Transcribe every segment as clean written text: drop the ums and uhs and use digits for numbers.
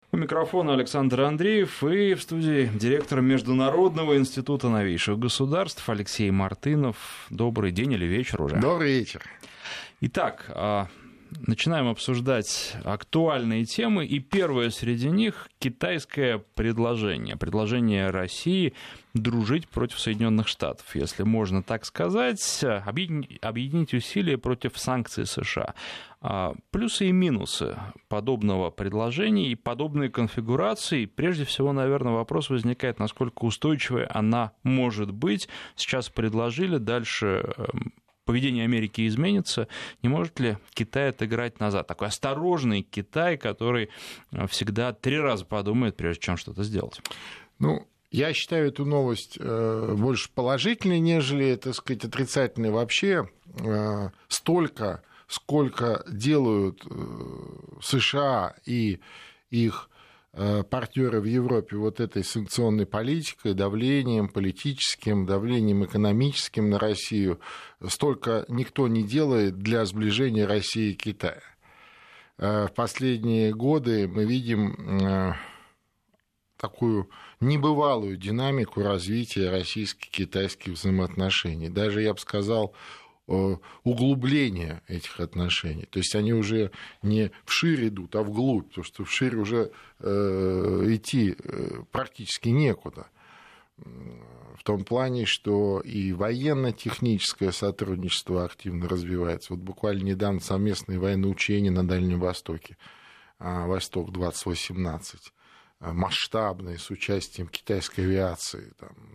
У микрофона Александр Андреев и в студии директор Международного института новейших государств Алексей Мартынов. Добрый день или вечер уже. Добрый вечер. Итак, начинаем обсуждать актуальные темы. И первое среди них — китайское предложение. Предложение России дружить против Соединенных Штатов, если можно так сказать, объединить усилия против санкций США. Плюсы и минусы подобного предложения и подобной конфигурации. Прежде всего, наверное, вопрос возникает, насколько устойчивой она может быть. Сейчас предложили, дальше поведение Америки изменится. Не может ли Китай отыграть назад? Такой осторожный Китай, который всегда 3 раза подумает, прежде чем что-то сделать. Я считаю эту новость больше положительной, нежели, так сказать, отрицательной. Вообще столько, сколько делают США и их партнеры в Европе вот этой санкционной политикой, давлением политическим, давлением экономическим на Россию, столько никто не делает для сближения России и Китая. В последние годы мы видим такую небывалую динамику развития российско-китайских взаимоотношений. Даже, я бы сказал, углубление этих отношений. То есть они уже не вширь идут, а вглубь, потому что вширь уже идти практически некуда. В том плане, что и военно-техническое сотрудничество активно развивается. Вот буквально недавно совместные военные учения на Дальнем Востоке, Восток-2018, масштабные, с участием китайской авиации,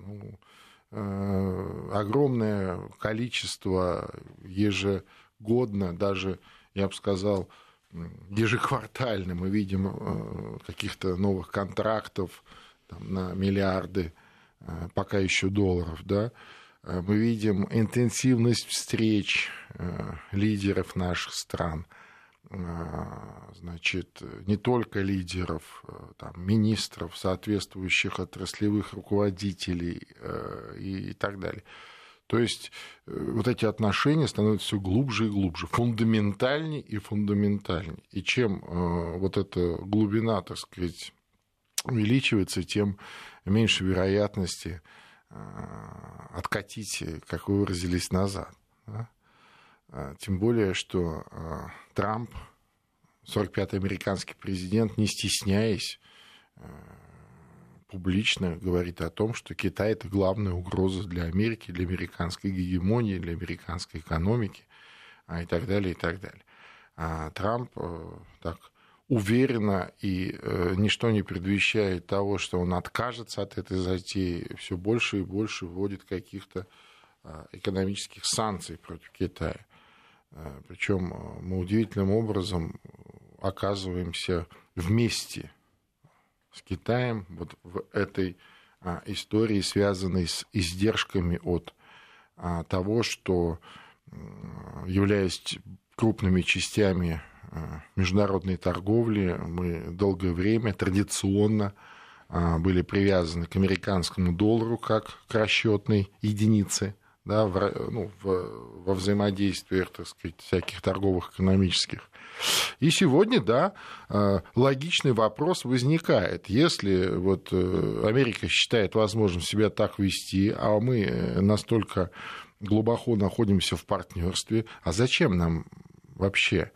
огромное количество ежегодно, даже, я бы сказал, ежеквартально мы видим каких-то новых контрактов на миллиарды, пока еще долларов, да? Мы видим интенсивность встреч лидеров наших стран, значит, не только лидеров, министров, соответствующих отраслевых руководителей и так далее. То есть вот эти отношения становятся все глубже и глубже, фундаментальней и фундаментальней. И чем вот эта глубина, так сказать, увеличивается, тем меньше вероятности откатить, как вы выразились, назад. Да? Тем более, что Трамп, 45-й американский президент, не стесняясь, публично говорит о том, что Китай — это главная угроза для Америки, для американской гегемонии, для американской экономики и так далее, и так далее. А Трамп так уверенно, и ничто не предвещает того, что он откажется от этой затеи, все больше и больше вводит каких-то экономических санкций против Китая. Причем мы удивительным образом оказываемся вместе с Китаем вот в этой истории, связанной с издержками от того, что, являясь крупными частями международной торговли, мы долгое время традиционно были привязаны к американскому доллару как к расчетной единице, да, во взаимодействиях, так сказать, всяких торговых, экономических. И сегодня, да, логичный вопрос возникает. Если вот Америка считает возможным себя так вести, а мы настолько глубоко находимся в партнерстве, а зачем нам вообще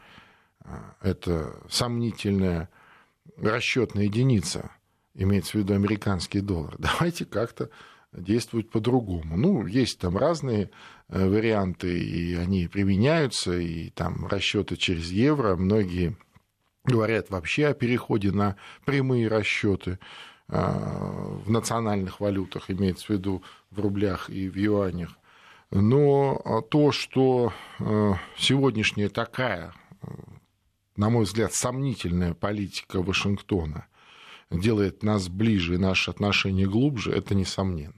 эта сомнительная расчетная единица, имеется в виду американский доллар? Давайте как-то действовать по-другому. Есть там разные варианты, и они применяются, и там расчеты через евро. Многие говорят вообще о переходе на прямые расчеты в национальных валютах, имеется в виду в рублях и в юанях. Но то, что сегодняшняя такая, на мой взгляд, сомнительная политика Вашингтона делает нас ближе и наши отношения глубже, это несомненно.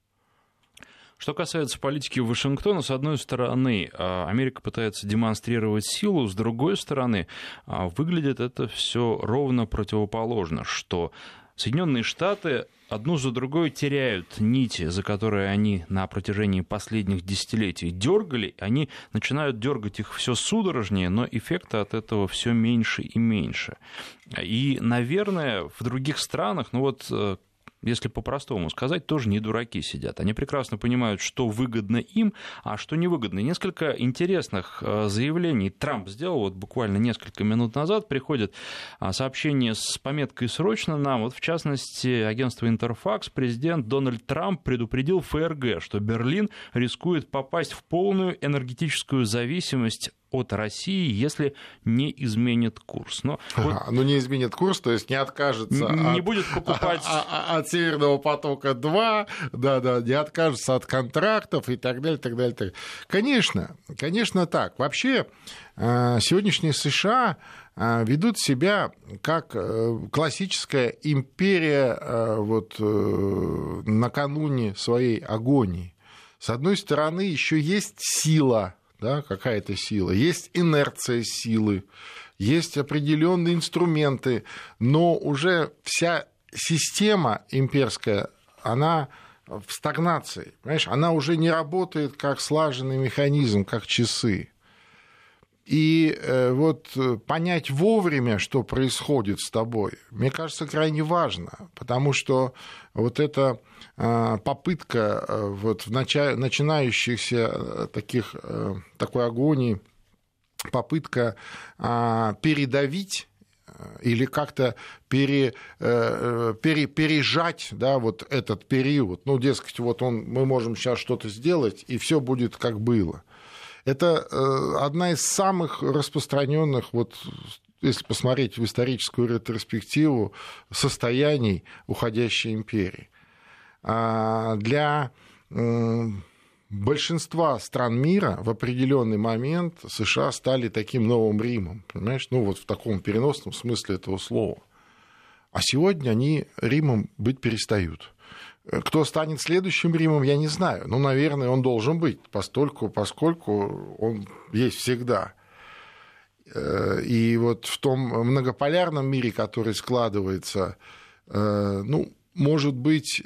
Что касается политики Вашингтона, с одной стороны, Америка пытается демонстрировать силу, с другой стороны, выглядит это все ровно противоположно, что Соединенные Штаты одну за другой теряют нити, за которые они на протяжении последних десятилетий дергали, они начинают дергать их все судорожнее, но эффекта от этого все меньше и меньше. И, наверное, в других странах, если по-простому сказать, тоже не дураки сидят. Они прекрасно понимают, что выгодно им, а что невыгодно. И несколько интересных заявлений Трамп сделал. Буквально несколько минут назад приходит сообщение с пометкой «Срочно нам». В частности, агентство Интерфакс, президент Дональд Трамп предупредил ФРГ, что Берлин рискует попасть в полную энергетическую зависимость от России, если не изменит курс. Не изменит курс, то есть не откажется будет покупать от Северного потока-2, не откажется от контрактов и так далее, так далее, так далее. Конечно так. Вообще, сегодняшние США ведут себя как классическая империя накануне своей агонии. С одной стороны, еще есть сила, какая-то сила, есть инерция силы, есть определенные инструменты, но уже вся система имперская, она в стагнации, понимаешь? Она уже не работает как слаженный механизм, как часы. И понять вовремя, что происходит с тобой, мне кажется, крайне важно, потому что эта попытка в начинающихся такой агонии, попытка передавить или как-то пережать этот период, дескать, мы можем сейчас что-то сделать, и все будет как было. Это одна из самых распространенных, если посмотреть в историческую ретроспективу, состояний уходящей империи. Для большинства стран мира в определенный момент США стали таким новым Римом, понимаешь? В таком переносном смысле этого слова. А сегодня они Римом быть перестают. Кто станет следующим Римом, я не знаю. Наверное, он должен быть, поскольку он есть всегда. И в том многополярном мире, который складывается, может быть,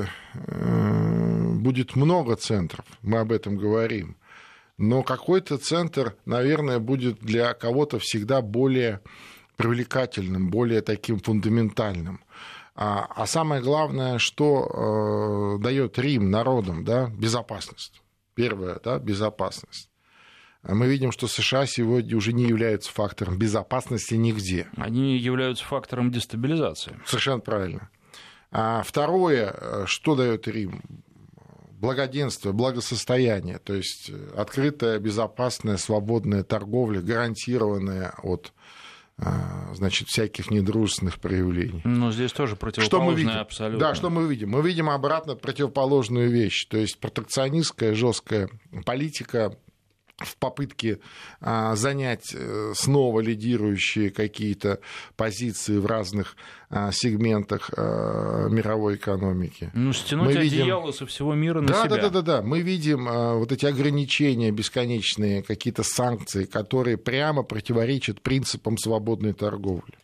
будет много центров, мы об этом говорим. Но какой-то центр, наверное, будет для кого-то всегда более привлекательным, более таким фундаментальным. А самое главное, что дает Рим народам, безопасность. Первое, безопасность. Мы видим, что США сегодня уже не являются фактором безопасности нигде. Они являются фактором дестабилизации. Совершенно правильно. А второе, что дает Рим? Благоденствие, благосостояние, то есть открытая, безопасная, свободная торговля, гарантированная от всяких недружественных проявлений. Но здесь тоже противоположное абсолютно. Да, что мы видим? Мы видим обратно противоположную вещь, то есть протекционистская, жесткая политика в попытке занять снова лидирующие какие-то позиции в разных сегментах мировой экономики. Стянуть одеяло со всего мира на себя. Да. Мы видим эти ограничения бесконечные, какие-то санкции, которые прямо противоречат принципам свободной торговли.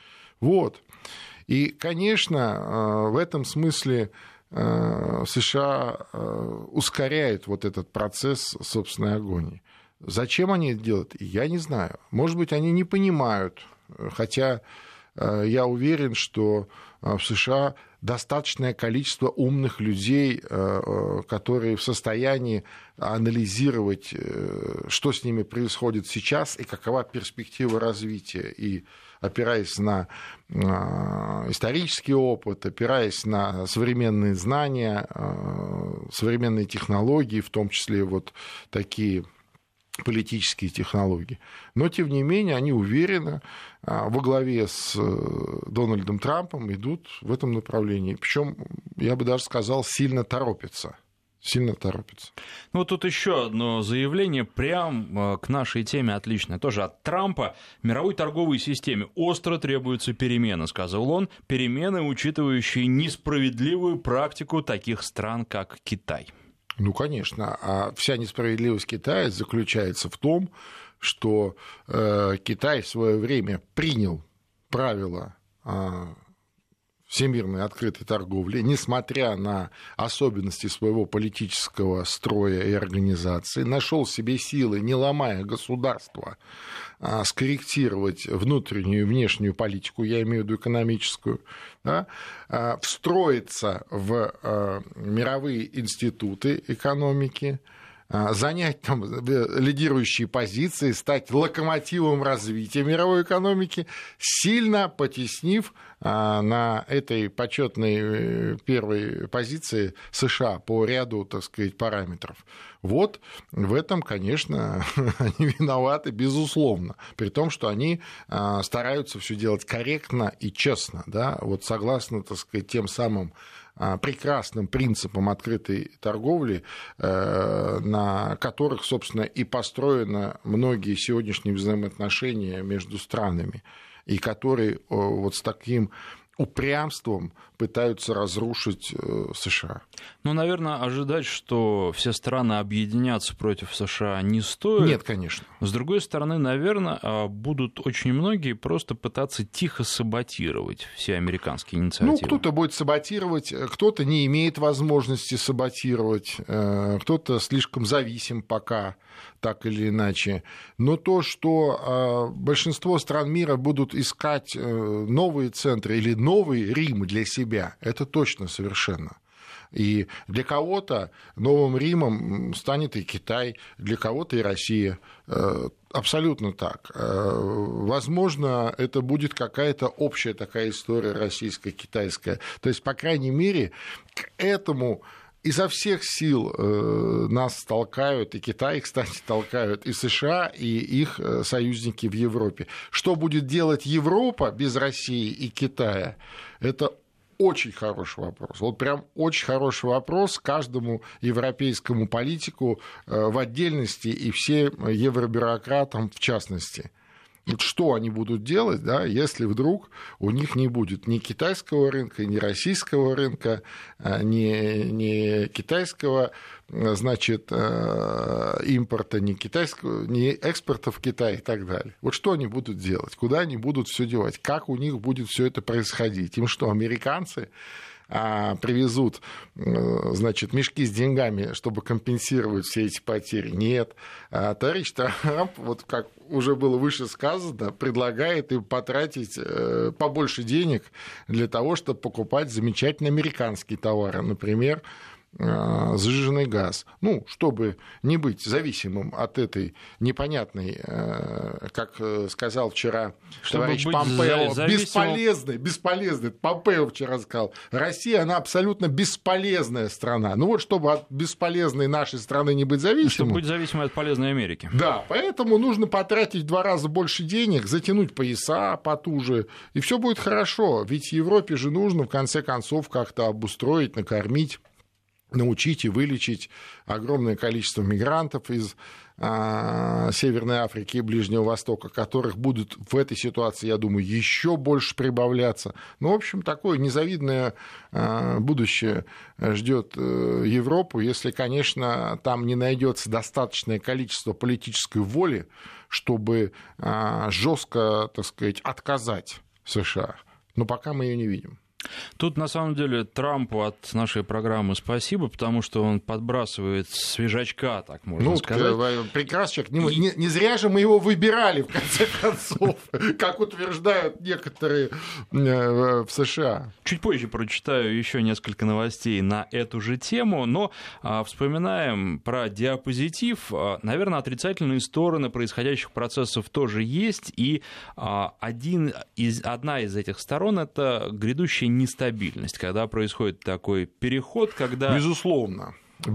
И, конечно, в этом смысле США ускоряют этот процесс собственной агонии. Зачем они это делают, я не знаю. Может быть, они не понимают, хотя я уверен, что в США достаточное количество умных людей, которые в состоянии анализировать, что с ними происходит сейчас и какова перспектива развития. И опираясь на исторический опыт, опираясь на современные знания, современные технологии, в том числе такие политические технологии. Но, тем не менее, они уверенно во главе с Дональдом Трампом идут в этом направлении. Причем, я бы даже сказал, сильно торопятся. Тут еще одно заявление прям к нашей теме отличное. Тоже от Трампа. Мировой торговой системе остро требуются перемены, сказал он. Перемены, учитывающие несправедливую практику таких стран, как Китай. Конечно. А вся несправедливость Китая заключается в том, что Китай в свое время принял правила всемирной открытой торговли, несмотря на особенности своего политического строя и организации, нашел в себе силы, не ломая государство, скорректировать внутреннюю и внешнюю политику, я имею в виду экономическую, да, встроиться в мировые институты экономики, занять там лидирующие позиции, стать локомотивом развития мировой экономики, сильно потеснив на этой почетной первой позиции США по ряду, так сказать, параметров. Вот в этом, конечно, они виноваты, безусловно, при том, что они стараются все делать корректно и честно, да, вот согласно, так сказать, тем самым прекрасным принципам открытой торговли, на которых, собственно, и построены многие сегодняшние взаимоотношения между странами, и которые вот с таким упрямством пытаются разрушить США. Ну, наверное, ожидать, что все страны объединятся против США, не стоит. Нет, конечно. С другой стороны, наверное, будут очень многие просто пытаться тихо саботировать все американские инициативы. Ну, кто-то будет саботировать, кто-то не имеет возможности саботировать, кто-то слишком зависим пока, так или иначе. Но то, что большинство стран мира будут искать новые центры или новый Рим для себя, это точно совершенно. И для кого-то новым Римом станет и Китай, для кого-то и Россия. Абсолютно так. Возможно, это будет какая-то общая такая история российско-китайская. То есть, по крайней мере, к этому изо всех сил нас толкают, и Китай, кстати, толкают, и США, и их союзники в Европе. Что будет делать Европа без России и Китая, это очень хороший вопрос. Вот прям очень хороший вопрос каждому европейскому политику в отдельности и всем евробюрократам в частности. Вот что они будут делать, да, если вдруг у них не будет ни китайского рынка, ни российского рынка, ни китайского, значит, импорта, ни китайского, ни экспорта в Китай и так далее. Вот что они будут делать, куда они будут все девать, как у них будет все это происходить. Им что, американцы привезут, значит, мешки с деньгами, чтобы компенсировать все эти потери? Нет. Товарищ Трамп, вот как уже было выше сказано, предлагает им потратить побольше денег для того, чтобы покупать замечательные американские товары, например, сжиженный газ. Ну, чтобы не быть зависимым от этой непонятной, как сказал вчера товарищ Помпео, бесполезной. Помпео вчера сказал, Россия, она абсолютно бесполезная страна. Ну вот, чтобы от бесполезной нашей страны не быть зависимым. Чтобы быть зависимой от полезной Америки. Да, поэтому нужно потратить в 2 раза больше денег, затянуть пояса потуже, и все будет хорошо. Ведь Европе же нужно, в конце концов, как-то обустроить, накормить, научить и вылечить огромное количество мигрантов из Северной Африки и Ближнего Востока, которых будут в этой ситуации, я думаю, еще больше прибавляться. Ну, в общем, такое незавидное будущее ждет Европу, если, конечно, там не найдется достаточное количество политической воли, чтобы жестко, так сказать, отказать США. Но пока мы ее не видим. Тут, на самом деле, Трампу от нашей программы спасибо, потому что он подбрасывает свежачка, так можно сказать. Прекрасный человек. Не зря же мы его выбирали, в конце концов, как утверждают некоторые в США. Чуть позже прочитаю еще несколько новостей на эту же тему, но вспоминаем про диапозитив. Наверное, отрицательные стороны происходящих процессов тоже есть, и одна из этих сторон – это грядущая нестабильность, когда происходит такой переход, когда... Безусловно,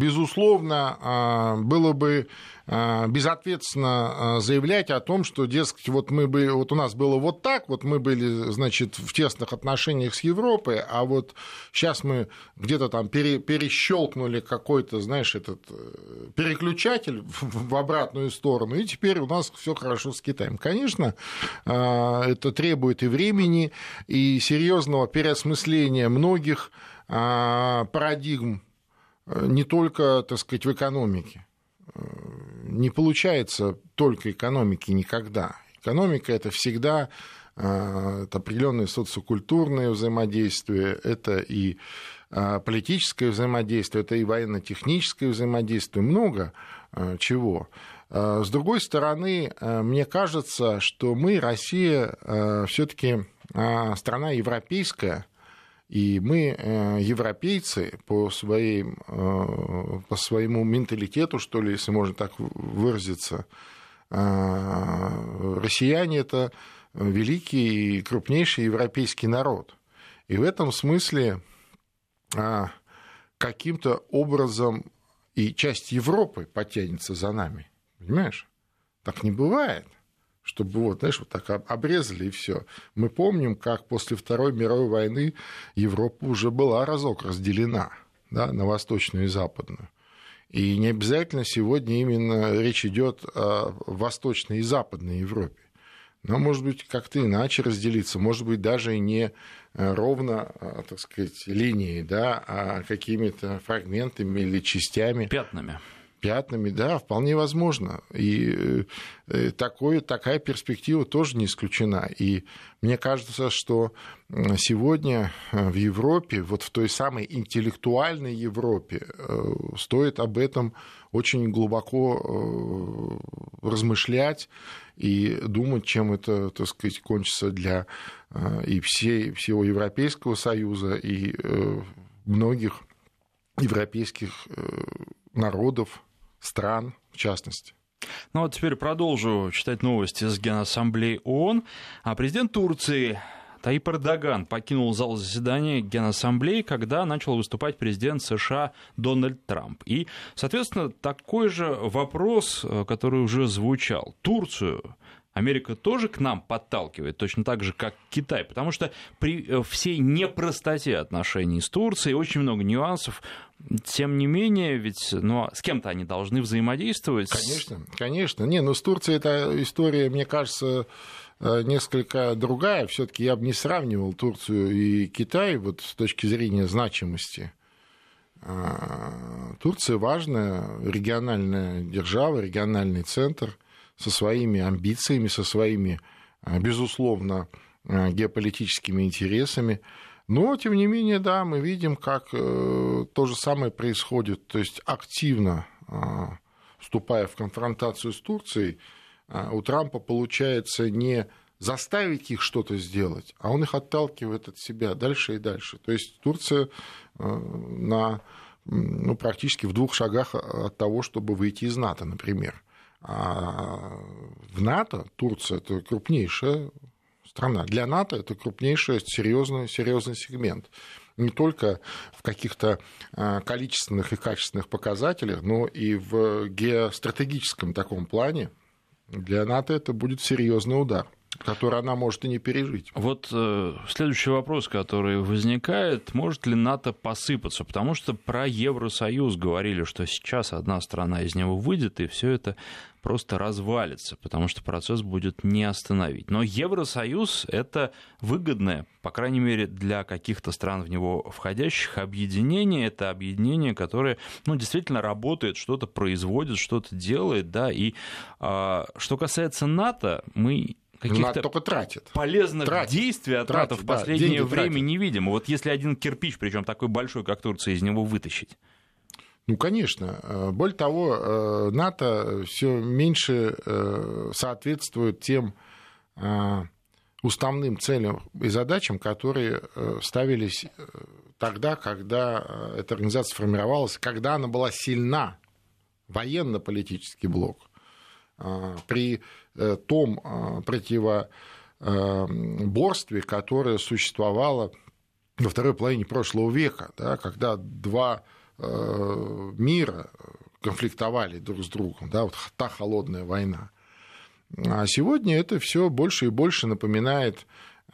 было бы безответственно заявлять о том, что, дескать, вот у нас было вот так, вот мы были, значит, в тесных отношениях с Европой, а вот сейчас мы где-то там перещелкнули какой-то, знаешь, этот переключатель в обратную сторону, и теперь у нас все хорошо с Китаем. Конечно, это требует и времени, и серьезного переосмысления многих парадигм, не только, так сказать, в экономике. Не получается только экономики никогда. Экономика – это всегда это определенные социокультурные взаимодействия, это и политическое взаимодействие, это и военно-техническое взаимодействие, много чего. С другой стороны, мне кажется, что мы, Россия, все-таки страна европейская, и мы, европейцы, по своему менталитету, что ли, если можно так выразиться, россияне – это великий и крупнейший европейский народ. И в этом смысле каким-то образом и часть Европы потянется за нами. Понимаешь? Так не бывает, чтобы вот так обрезали и все. Мы помним, как после Второй мировой войны Европа уже была разок разделена, да, на восточную и западную. И не обязательно сегодня именно речь идет о восточной и западной Европе. Но, может быть, как-то иначе разделиться, может быть, даже и не ровно, так сказать, линией, да, а какими-то фрагментами или частями. Пятнами, да, вполне возможно. И такая перспектива тоже не исключена. И мне кажется, что сегодня в Европе, вот в той самой интеллектуальной Европе, стоит об этом очень глубоко размышлять и думать, чем это, так сказать, кончится для и всего Европейского Союза, и многих европейских народов, стран, в частности. Ну вот теперь продолжу читать новости из Генассамблеи ООН. Президент Турции Таyyip Эрдоган покинул зал заседания Генассамблеи, когда начал выступать президент США Дональд Трамп. И, соответственно, такой же вопрос, который уже звучал. Турцию Америка тоже к нам подталкивает, точно так же, как Китай, потому что при всей непростоте отношений с Турцией очень много нюансов. Тем не менее, ведь с кем-то они должны взаимодействовать. Конечно. С Турцией эта история, мне кажется, несколько другая. Все-таки я бы не сравнивал Турцию и Китай вот с точки зрения значимости. Турция важная региональная держава, региональный центр со своими амбициями, со своими, безусловно, геополитическими интересами. Но, тем не менее, да, мы видим, как то же самое происходит. То есть активно вступая в конфронтацию с Турцией, у Трампа получается не заставить их что-то сделать, а он их отталкивает от себя дальше и дальше. То есть Турция практически в 2 шагах от того, чтобы выйти из НАТО, например. А в НАТО Турция – это крупнейшая страна. Для НАТО это крупнейший серьезный сегмент. Не только в каких-то количественных и качественных показателях, но и в геостратегическом таком плане. Для НАТО это будет серьезный удар, который она может и не пережить. Вот следующий вопрос, который возникает: может ли НАТО посыпаться? Потому что про Евросоюз говорили, что сейчас одна страна из него выйдет, и все это просто развалится, потому что процесс будет не остановить. Но Евросоюз — это выгодное, по крайней мере, для каких-то стран в него входящих, объединение. Это объединение, которое действительно работает, что-то производит, что-то делает. Да? И что касается НАТО, мы каких-то только тратит. Полезных действий от НАТО в последнее время не видим. Вот если один кирпич, причем такой большой, как Турция, из него вытащить. Конечно. Более того, НАТО все меньше соответствует тем уставным целям и задачам, которые ставились тогда, когда эта организация формировалась, когда она была сильна, военно-политический блок. При том противоборстве, которое существовало во второй половине прошлого века, да, когда два мира конфликтовали друг с другом, да, вот та холодная война. А сегодня это все больше и больше напоминает,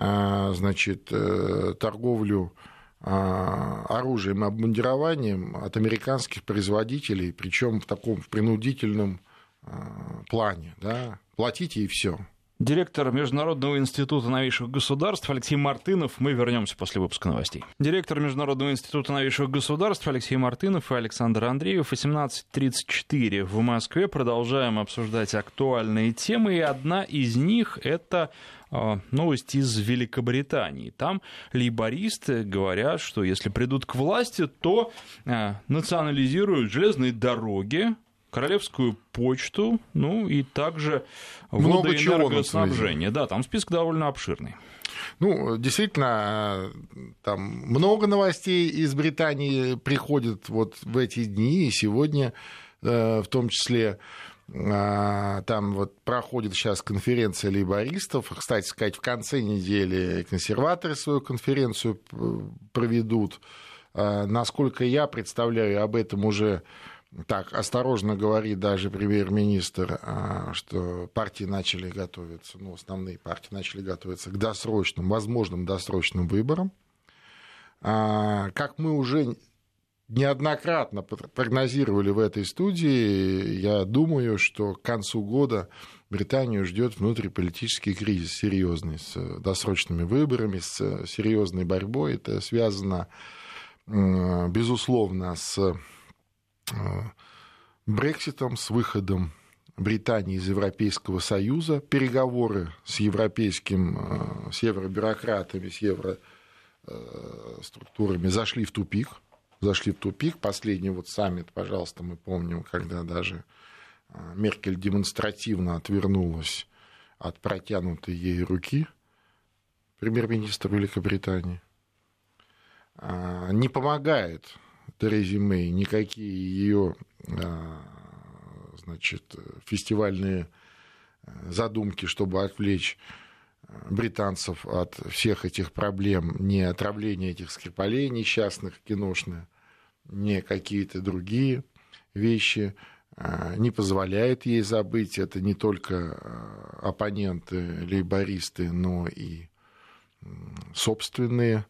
торговлю оружием и обмундированием от американских производителей, причем в таком принудительном плане. Да. Платите и все. Директор Международного института новейших государств Алексей Мартынов. Мы вернемся после выпуска новостей. Директор Международного института новейших государств Алексей Мартынов и Александр Андреев. 18:34 в Москве. Продолжаем обсуждать актуальные темы. И одна из них — это новость из Великобритании. Там лейбористы говорят, что если придут к власти, то национализируют железные дороги, Королевскую почту, ну и также водоэнергоснабжение. Да, там список довольно обширный. Ну, действительно, там много новостей из Британии приходит вот в эти дни, и сегодня в том числе. Там вот проходит сейчас конференция лейбористов. Кстати сказать, в конце недели консерваторы свою конференцию проведут. Насколько я представляю, об этом уже так осторожно говорит даже премьер-министр, что партии начали готовиться, ну, основные партии начали готовиться к досрочным, возможным досрочным выборам. Как мы уже неоднократно прогнозировали в этой студии, я думаю, что к концу года Британию ждет внутриполитический кризис серьезный, с досрочными выборами, с серьезной борьбой. Это связано, безусловно, с Брекситом, с выходом Британии из Европейского Союза. Переговоры с евробюрократами, с евроструктурами зашли в тупик. Последний вот саммит, пожалуйста, мы помним, когда даже Меркель демонстративно отвернулась от протянутой ей руки, премьер-министр Великобритании. Не помогает Терезе Мэй никакие ее, значит, фестивальные задумки, чтобы отвлечь британцев от всех этих проблем, не отравление этих Скрипалей несчастных, киношных, не какие-то другие вещи, не позволяет ей забыть. Это не только оппоненты, лейбористы, но и собственные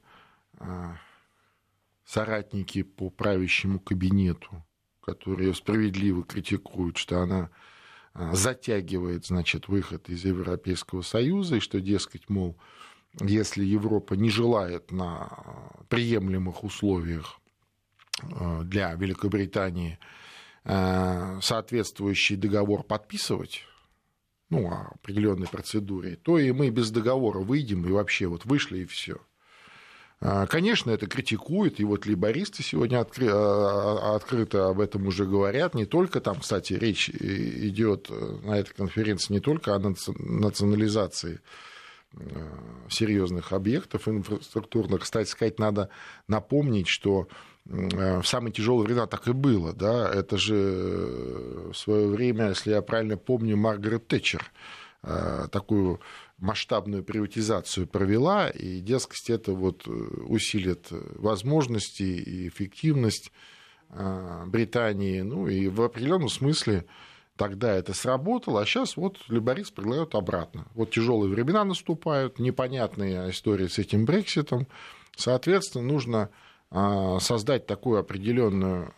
соратники по правящему кабинету, которые справедливо критикуют, что она затягивает, значит, выход из Европейского Союза, и что, дескать, мол, если Европа не желает на приемлемых условиях для Великобритании соответствующий договор подписывать, ну, о определенной процедуре, то и мы без договора выйдем, и вообще вот вышли, и все. Конечно, это критикуют, и вот лейбористы сегодня открыто об этом уже говорят. Не только там, кстати, речь идет на этой конференции не только о национализации серьезных объектов инфраструктурных. Кстати сказать, надо напомнить, что в самые тяжелые времена так и было. Да? Это же в свое время, если я правильно помню, Маргарет Тэтчер такую масштабную приватизацию провела, и, дескать, это вот усилит возможности и эффективность Британии. Ну, и в определенном смысле тогда это сработало, а сейчас вот лейбористы предлагают обратно. Вот тяжелые времена наступают, непонятная история с этим Брекситом. Соответственно, нужно создать такую определенную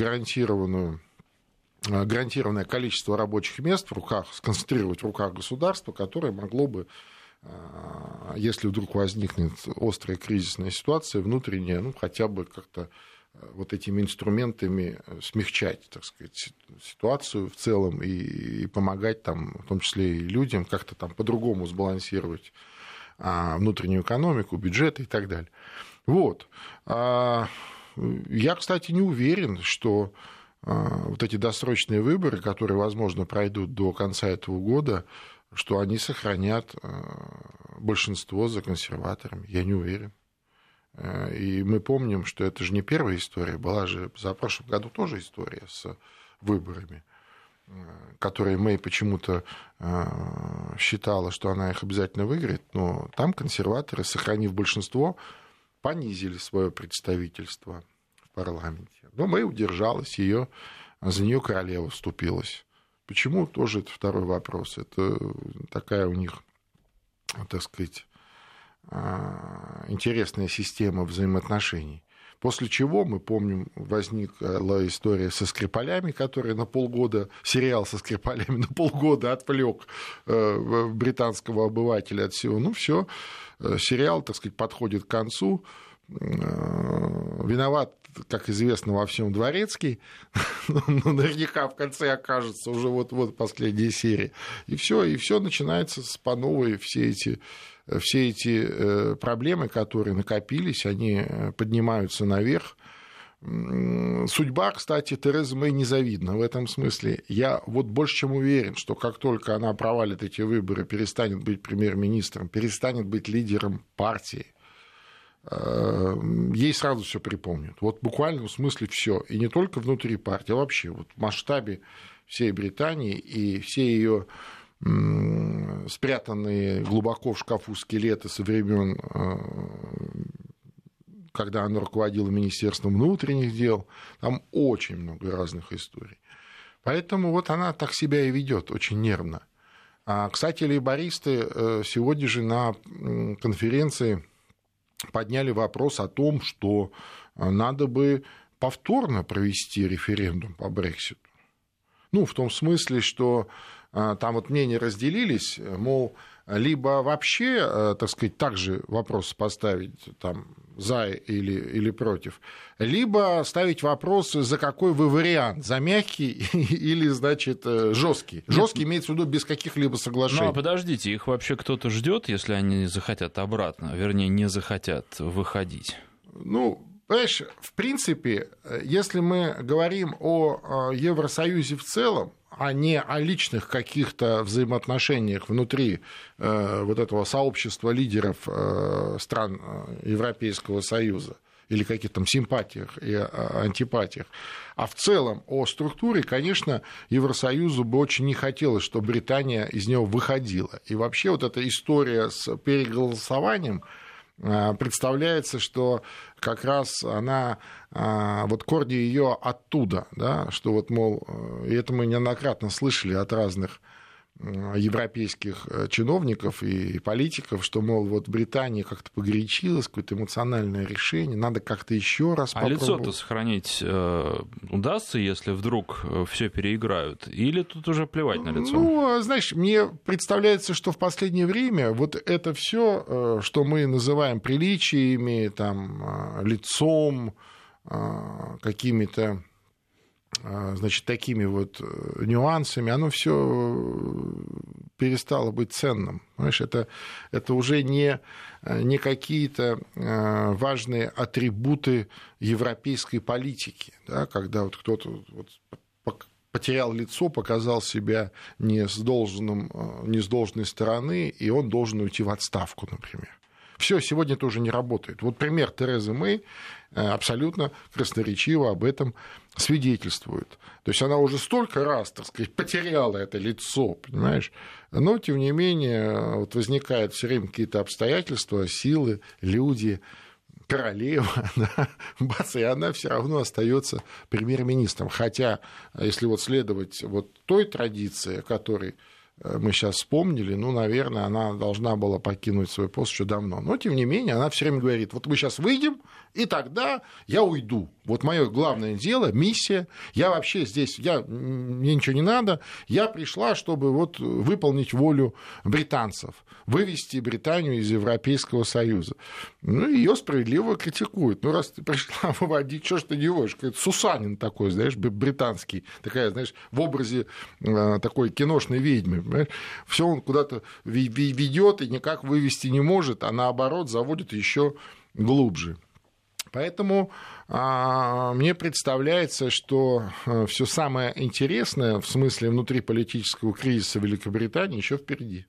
гарантированное количество рабочих мест в руках, сконцентрировать в руках государства, которое могло бы, если вдруг возникнет острая кризисная ситуация внутренняя, ну, хотя бы как-то вот этими инструментами смягчать, так сказать, ситуацию в целом и помогать там, в том числе и людям, как-то там по-другому сбалансировать внутреннюю экономику, бюджеты и так далее. Вот. Я, кстати, не уверен, что вот эти досрочные выборы, которые, возможно, пройдут до конца этого года, что они сохранят большинство за консерваторами. Я не уверен. И мы помним, что это же не первая история, была же за прошлом году тоже история с выборами, которые Мэй почему-то считала, что она их обязательно выиграет, но там консерваторы, сохранив большинство, понизили свое представительство в парламенте. Но Мэй удержалась, за нее королева вступилась. Почему, тоже это второй вопрос. Это такая у них, так сказать, интересная система взаимоотношений. После чего, мы помним, возникла история со Скрипалями, который на полгода, сериал со Скрипалями на полгода отвлек британского обывателя от всего. Ну, все, сериал, так сказать, подходит к концу. Виноват, как известно, во всем Дворецкий, но наверняка в конце окажется уже вот последняя серия. И все начинается по новой, все эти проблемы, которые накопились, они поднимаются наверх. Судьба, кстати, Терезы Мэй незавидна в этом смысле. Я вот больше чем уверен, что как только она провалит эти выборы, перестанет быть премьер-министром, перестанет быть лидером партии, ей сразу все припомнят. Вот буквально в смысле все. И не только внутри партии, а вообще вот в масштабе всей Британии и все ее спрятанные глубоко в шкафу скелеты со времен, когда она руководила Министерством внутренних дел, там очень много разных историй. Поэтому вот она так себя и ведет, очень нервно. Кстати, лейбористы сегодня же на конференции подняли вопрос о том, что надо бы повторно провести референдум по Брекситу. Ну, в том смысле, что там вот мнения разделились, мол, либо вообще, так сказать, также вопрос поставить там, за или против, либо ставить вопрос, за какой вы вариант, за мягкий или, значит, жесткий. Жесткий имеется в виду без каких-либо соглашений. Ну, а подождите, их вообще кто-то ждет, если они захотят обратно, вернее, не захотят выходить? Ну, понимаешь, в принципе, если мы говорим о Евросоюзе в целом, а не о личных каких-то взаимоотношениях внутри вот этого сообщества лидеров стран Европейского Союза или каких-то там симпатиях и антипатиях, а в целом о структуре, конечно, Евросоюзу бы очень не хотелось, чтобы Британия из него выходила. И вообще вот эта история с переголосованием, представляется, что как раз она, вот корни ее оттуда, да, что вот, мол, и это мы неоднократно слышали от разных европейских чиновников и политиков, что, мол, вот Британия как-то погорячилась, какое-то эмоциональное решение, надо как-то еще раз попробовать. А лицо-то сохранить удастся, если вдруг все переиграют? Или тут уже плевать на лицо? Ну, знаешь, мне представляется, что в последнее время вот это все, что мы называем приличиями, там, лицом, какими-то, значит, такими вот нюансами, оно все перестало быть ценным. Понимаешь, это уже не какие-то важные атрибуты европейской политики, да, когда вот кто-то вот потерял лицо, показал себя не с должной стороны, и он должен уйти в отставку, например. Все, сегодня это уже не работает. Вот пример Терезы Мэй абсолютно красноречиво об этом свидетельствует. То есть она уже столько раз, так сказать, потеряла это лицо, понимаешь? Но, тем не менее, вот возникают все время какие-то обстоятельства, силы, люди, королева, да, бац, и она все равно остается премьер-министром. Хотя, если вот следовать вот той традиции, о которой мы сейчас вспомнили, ну, наверное, она должна была покинуть свой пост еще давно. Но, тем не менее, она все время говорит, вот мы сейчас выйдем, и тогда я уйду. Вот мое главное дело, миссия, я вообще здесь, мне ничего не надо, я пришла, чтобы вот выполнить волю британцев, вывести Британию из Европейского Союза. Ну, ее справедливо критикуют. Ну, раз ты пришла выводить, что ж ты делаешь? Сусанин такой, знаешь, британский, такая, знаешь, в образе такой киношной ведьмы. Все он куда-то ведет и никак вывести не может, а наоборот заводит еще глубже. Поэтому мне представляется, что все самое интересное в смысле внутриполитического кризиса Великобритании еще впереди.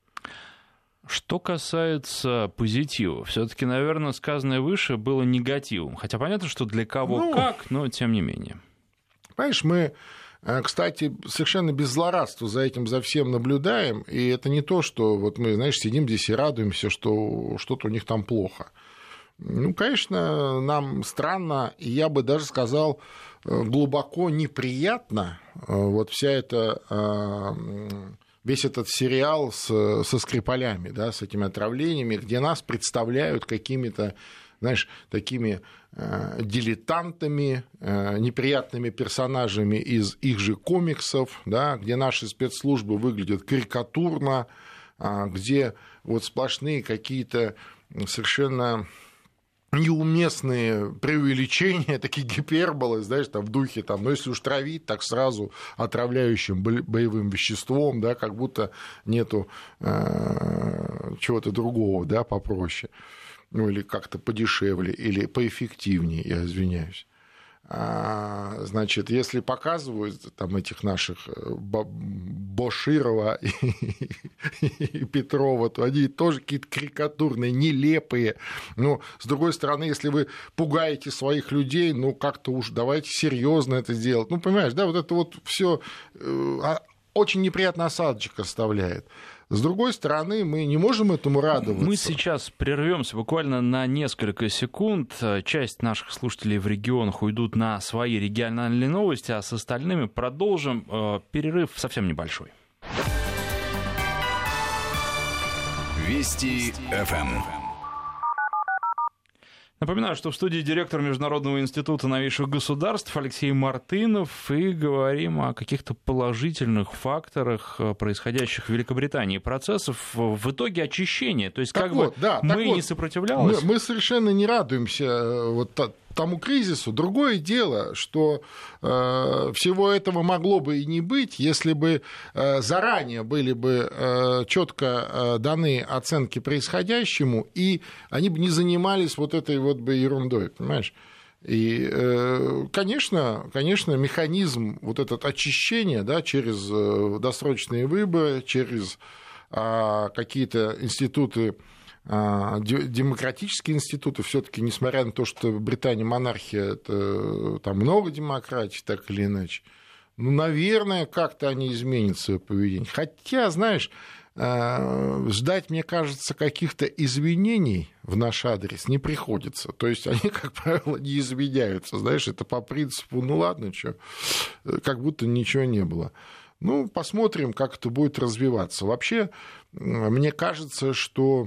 Что касается позитива, все-таки, наверное, сказанное выше было негативом. Хотя понятно, что для кого как, но тем не менее. Понимаешь, мы, кстати, совершенно без злорадства за этим, за всем наблюдаем. И это не то, что вот мы, знаешь, сидим здесь и радуемся, что что-то у них там плохо. Ну, конечно, нам странно, и я бы даже сказал, глубоко неприятно вот вся эта... весь этот сериал со Скрипалями, да, с этими отравлениями, где нас представляют какими-то знаешь, такими дилетантами, неприятными персонажами из их же комиксов, да, где наши спецслужбы выглядят карикатурно, где вот сплошные какие-то совершенно неуместные преувеличения, такие гиперболы, знаешь, там в духе, там, ну, если уж травить, так сразу отравляющим боевым веществом, да, как будто нету чего-то другого, да, попроще, ну, или как-то подешевле, или поэффективнее, я извиняюсь. Значит, если показывают там этих наших Боширова и Петрова, то они тоже какие-то карикатурные, нелепые. Но, с другой стороны, если вы пугаете своих людей, ну, как-то уж давайте серьезно это сделать. Ну, понимаешь, да, вот это вот все очень неприятный осадочек оставляет. С другой стороны, мы не можем этому радоваться. Мы сейчас прервемся буквально на несколько секунд. Часть наших слушателей в регионах уйдут на свои региональные новости, а с остальными продолжим. Перерыв совсем небольшой. Вести ФМ. Напоминаю, что в студии директор Международного института новейших государств Алексей Мартынов, и говорим о каких-то положительных факторах происходящих в Великобритании процессов в итоге очищения. То есть, как вот, бы да, мы не сопротивлялись. Мы совершенно не радуемся вот тому кризису. Другое дело, что всего этого могло бы и не быть, если бы заранее были бы четко даны оценки происходящему, и они бы не занимались вот этой вот бы ерундой, понимаешь? И, конечно, механизм вот этот очищения, да, через досрочные выборы, через какие-то институты, демократические институты, все-таки, несмотря на то, что в Британии монархия, это там много демократий, так или иначе, ну, наверное, как-то они изменят свое поведение. Хотя, знаешь, ждать, мне кажется, каких-то извинений в наш адрес не приходится. То есть они, как правило, не извиняются. Знаешь, это по принципу, ну ладно, что, как будто ничего не было. Ну, посмотрим, как это будет развиваться. Вообще, мне кажется, что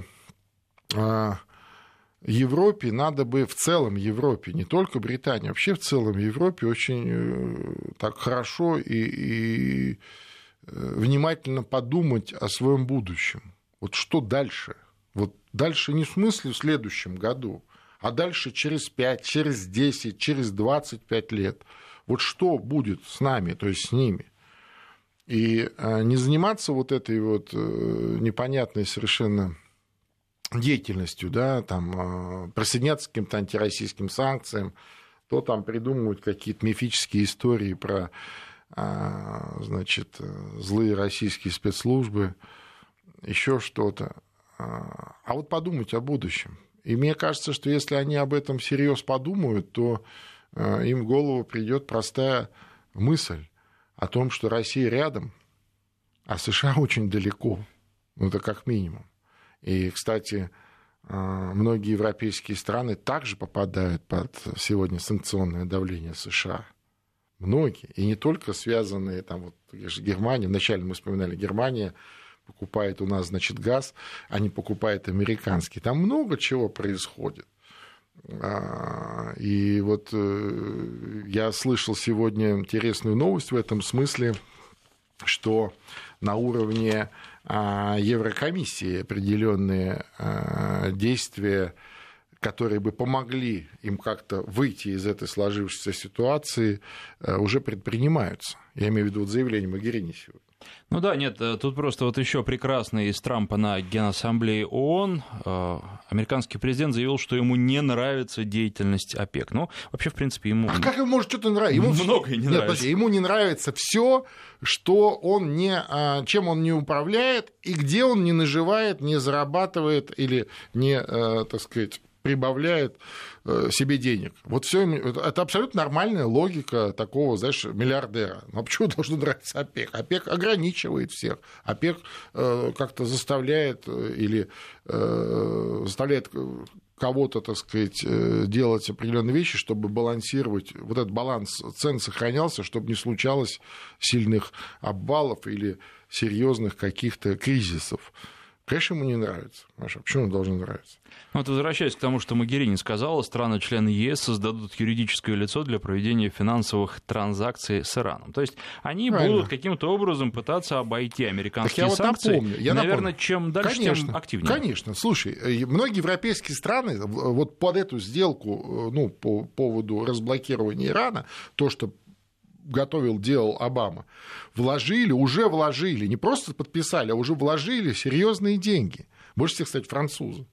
Европе надо бы, в целом Европе, не только Британии, вообще в целом Европе очень так хорошо и внимательно подумать о своем будущем. Вот что дальше? Вот дальше не в смысле в следующем году, а дальше через 5, через 10, через 25 лет. Вот что будет с нами, то есть с ними? И не заниматься вот этой вот непонятной совершенно деятельностью, да, там, присоединяться к каким-то антироссийским санкциям, то там придумывают какие-то мифические истории про, значит, злые российские спецслужбы, еще что-то. А вот подумать о будущем. И мне кажется, что если они об этом всерьез подумают, то им в голову придет простая мысль о том, что Россия рядом, а США очень далеко. Ну, это как минимум. И, кстати, многие европейские страны также попадают под сегодня санкционное давление США. Многие. И не только связанные, там, вот, Германия, вначале мы вспоминали, Германия покупает у нас, значит, газ, а не покупает американский. Там много чего происходит. И вот я слышал сегодня интересную новость в этом смысле, что на уровне Еврокомиссии определенные действия, которые бы помогли им как-то выйти из этой сложившейся ситуации, уже предпринимаются. Я имею в виду вот заявление Могерини сегодня. Ну да, нет, тут просто вот еще прекрасно из Трампа на Генассамблее ООН американский президент заявил, что ему не нравится деятельность ОПЕК. Ну, вообще, в принципе, ему... А как ему может что-то нравиться? Ему многое не нравится. Подожди, ему не нравится все, что он не, чем он не управляет, и где он не наживает, не зарабатывает или не, так сказать, прибавляет себе денег. Вот все это абсолютно нормальная логика такого, знаешь, миллиардера. Но почему должно нравиться ОПЕК? ОПЕК ограничивает всех. ОПЕК как-то заставляет или заставляет кого-то, так сказать, делать определенные вещи, чтобы балансировать, вот этот баланс цен сохранялся, чтобы не случалось сильных обвалов или серьезных каких-то кризисов. Конечно, ему не нравится. Маша, почему ему должно нравиться? Вот возвращаясь к тому, что Могерини сказала, страны-члены ЕС создадут юридическое лицо для проведения финансовых транзакций с Ираном. То есть они будут каким-то образом пытаться обойти американские санкции. Наверное, чем дальше, тем активнее. Конечно. Слушай, многие европейские страны вот под эту сделку, ну, по поводу разблокирования Ирана, то, что делал Обама, уже вложили, не просто подписали, а уже вложили серьезные деньги. Больше всех, кстати, французы.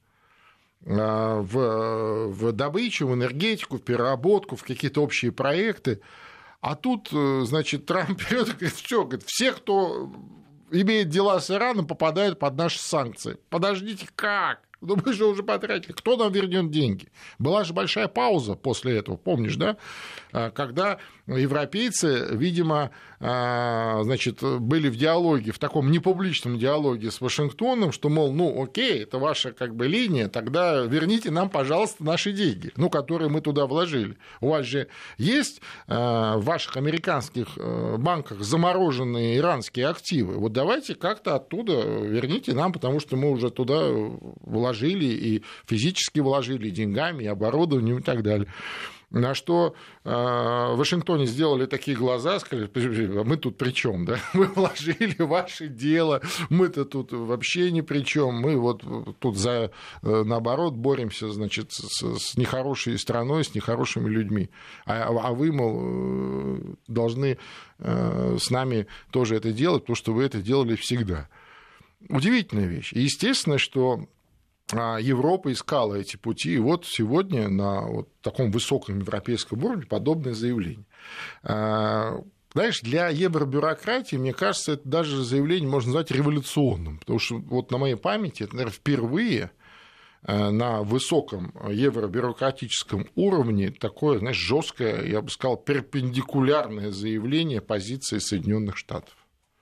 В добычу, в энергетику, в переработку, в какие-то общие проекты. А тут, значит, Трамп берет и говорит, все, все, кто имеет дела с Ираном, попадают под наши санкции. Подождите, как? Ну, мы же уже потратили. Кто нам вернет деньги? Была же большая пауза после этого, помнишь, да? Когда европейцы, видимо, значит, были в диалоге, в таком непубличном диалоге с Вашингтоном, что, мол, ну, окей, это ваша как бы линия, тогда верните нам, пожалуйста, наши деньги, ну, которые мы туда вложили. У вас же есть в ваших американских банках замороженные иранские активы. Вот давайте как-то оттуда верните нам, потому что мы уже туда вложили и физически вложили, и деньгами, и оборудованием и так далее. На что в Вашингтоне сделали такие глаза, сказали, а мы тут при чем, да? Вы вложили ваше дело, мы-то тут вообще ни при чем, мы вот тут наоборот боремся, значит, с нехорошей страной, с нехорошими людьми, а вы, мол, должны с нами тоже это делать, потому что вы это делали всегда. Удивительная вещь. И естественно, что Европа искала эти пути, и вот сегодня на вот таком высоком европейском уровне подобное заявление. Знаешь, для евробюрократии, мне кажется, это даже заявление можно назвать революционным, потому что вот на моей памяти это, наверное, впервые на высоком евробюрократическом уровне такое, знаешь, жесткое, я бы сказал, перпендикулярное заявление позиции Соединенных Штатов.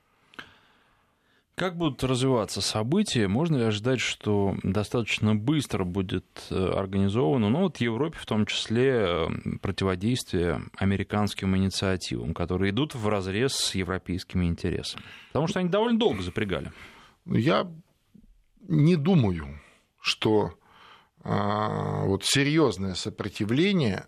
Как будут развиваться события? Можно ли ожидать, что достаточно быстро будет организовано, ну вот в Европе в том числе, противодействие американским инициативам, которые идут вразрез с европейскими интересами? Потому что они довольно долго запрягали. Я не думаю, что вот серьезное сопротивление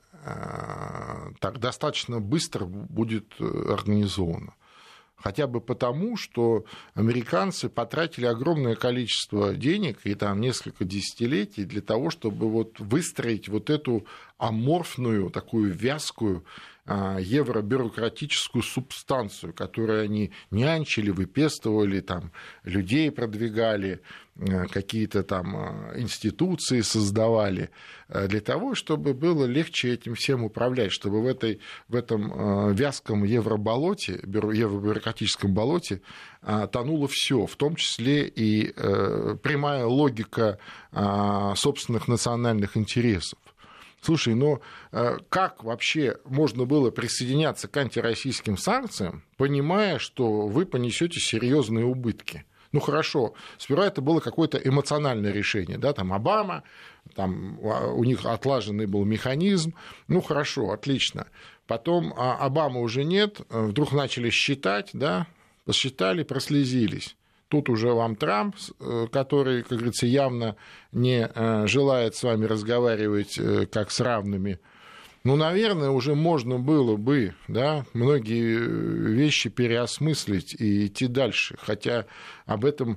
так достаточно быстро будет организовано. Хотя бы потому, что американцы потратили огромное количество денег и там несколько десятилетий для того, чтобы вот выстроить вот эту аморфную, такую вязкую евробюрократическую субстанцию, которую они нянчили, выпестовали, там, людей продвигали, какие-то там институции создавали, для того, чтобы было легче этим всем управлять, чтобы в этом вязком евробюрократическом болоте тонуло все, в том числе и прямая логика собственных национальных интересов. Слушай, но как вообще можно было присоединяться к антироссийским санкциям, понимая, что вы понесете серьезные убытки? Ну хорошо, сперва это было какое-то эмоциональное решение, да, там Обама, там у них отлаженный был механизм, ну хорошо, отлично. Потом Обамы уже нет, вдруг начали считать, да, посчитали, прослезились. Тут уже вам Трамп, который, как говорится, явно не желает с вами разговаривать как с равными. Ну, наверное, уже можно было бы, да, многие вещи переосмыслить и идти дальше. Хотя об этом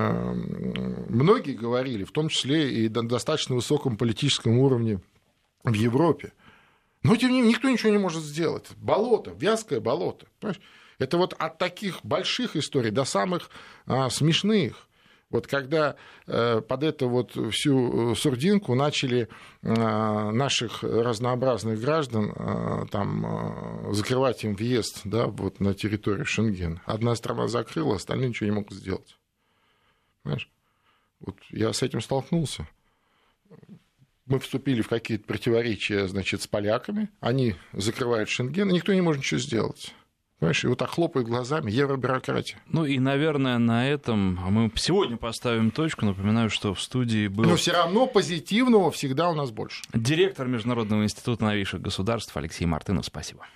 многие говорили, в том числе и на достаточно высоком политическом уровне в Европе. Но, тем не менее, никто ничего не может сделать. Болото, вязкое болото. Понимаешь? Это вот от таких больших историй до самых смешных. Вот когда под эту вот всю сурдинку начали наших разнообразных граждан там, закрывать им въезд, да, вот на территорию Шенгена. Одна страна закрыла, остальные ничего не могут сделать. Понимаешь? Вот я с этим столкнулся. Мы вступили в какие-то противоречия, значит, с поляками, они закрывают Шенген, и никто не может ничего сделать. Понимаешь, и вот так хлопают глазами евробюрократия. Ну и, наверное, на этом мы сегодня поставим точку. Напоминаю, что в студии был... Но все равно позитивного всегда у нас больше. Директор Международного института новейших государств Алексей Мартынов. Спасибо.